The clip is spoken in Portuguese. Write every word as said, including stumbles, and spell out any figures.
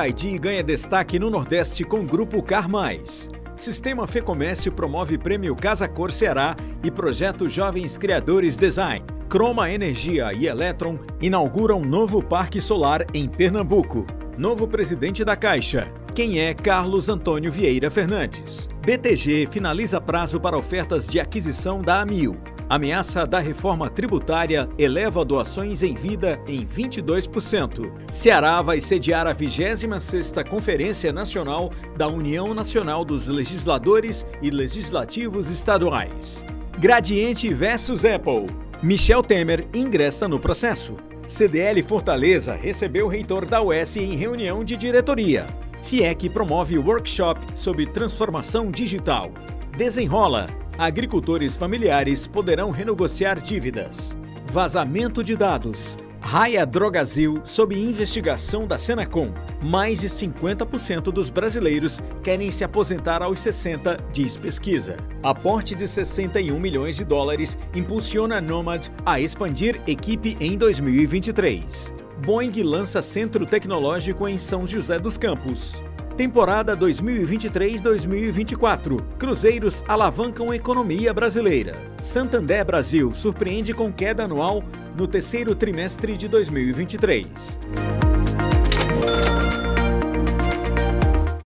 I D ganha destaque no Nordeste com o Grupo Car Mais. Sistema Fecomércio promove Prêmio Casa Cor Ceará e projeto Jovens Criadores Design. Croma Energia e Eletron inauguram novo parque solar em Pernambuco. Novo presidente da Caixa. Quem é Carlos Antônio Vieira Fernandes? B T G finaliza prazo para ofertas de aquisição da Amil. Ameaça da reforma tributária eleva doações em vida em vinte e dois por cento. Ceará vai sediar a vigésima sexta Conferência Nacional da União Nacional dos Legisladores e Legislativos Estaduais. Gradiente versus Apple. Michel Temer ingressa no processo. C D L Fortaleza recebeu o reitor da U E S em reunião de diretoria. FIEC promove workshop sobre transformação digital. Desenrola. Agricultores familiares poderão renegociar dívidas. Vazamento de dados. Raia Drogasil sob investigação da Senacom. Mais de cinquenta por cento dos brasileiros querem se aposentar aos sessenta, diz pesquisa. Aporte de sessenta e um milhões de dólares impulsiona a Nomad a expandir equipe em dois mil e vinte e três. Boeing lança centro tecnológico em São José dos Campos. Temporada dois mil e vinte e três dois mil e vinte e quatro. Cruzeiros alavancam a economia brasileira. Santander Brasil surpreende com queda anual no terceiro trimestre de dois mil e vinte e três.